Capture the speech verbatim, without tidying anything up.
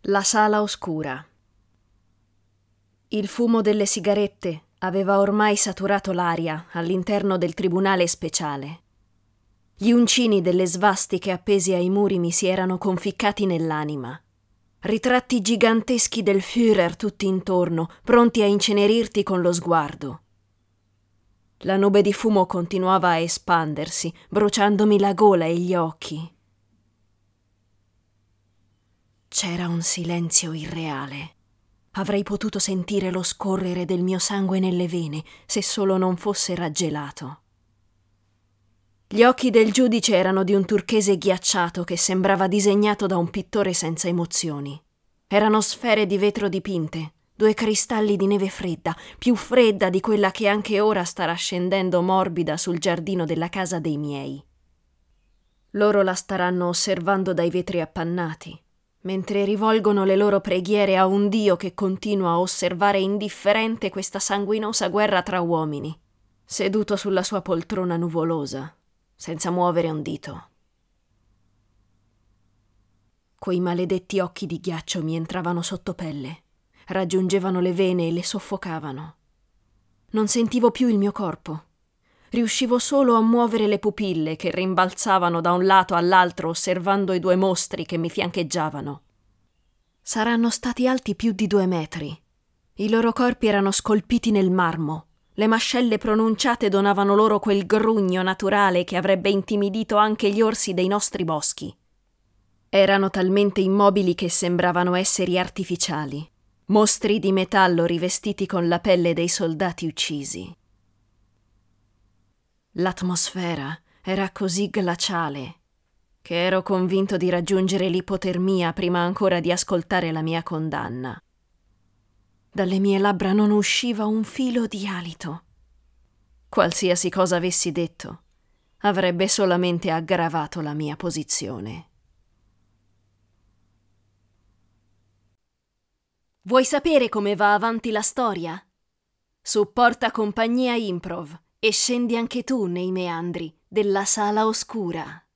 La sala oscura. Il fumo delle sigarette aveva ormai saturato l'aria all'interno del tribunale speciale. Gli uncini delle svastiche appesi ai muri mi si erano conficcati nell'anima. Ritratti giganteschi del Führer tutti intorno, pronti a incenerirti con lo sguardo. La nube di fumo continuava a espandersi, bruciandomi la gola e gli occhi. C'era un silenzio irreale. Avrei potuto sentire lo scorrere del mio sangue nelle vene se solo non fosse raggelato. Gli occhi del giudice erano di un turchese ghiacciato che sembrava disegnato da un pittore senza emozioni. Erano sfere di vetro dipinte, due cristalli di neve fredda, più fredda di quella che anche ora starà scendendo morbida sul giardino della casa dei miei. Loro la staranno osservando dai vetri appannati, mentre rivolgono le loro preghiere a un Dio che continua a osservare indifferente questa sanguinosa guerra tra uomini, seduto sulla sua poltrona nuvolosa, senza muovere un dito. Quei maledetti occhi di ghiaccio mi entravano sotto pelle, raggiungevano le vene e le soffocavano. Non sentivo più il mio corpo. Riuscivo solo a muovere le pupille che rimbalzavano da un lato all'altro osservando i due mostri che mi fiancheggiavano. Saranno stati alti più di due metri. I loro corpi erano scolpiti nel marmo. Le mascelle pronunciate donavano loro quel grugno naturale che avrebbe intimidito anche gli orsi dei nostri boschi. Erano talmente immobili che sembravano esseri artificiali, mostri di metallo rivestiti con la pelle dei soldati uccisi. L'atmosfera era così glaciale che ero convinto di raggiungere l'ipotermia prima ancora di ascoltare la mia condanna. Dalle mie labbra non usciva un filo di alito. Qualsiasi cosa avessi detto avrebbe solamente aggravato la mia posizione. Vuoi sapere come va avanti la storia? Supporta Compagnia Improv e scendi anche tu nei meandri della sala oscura.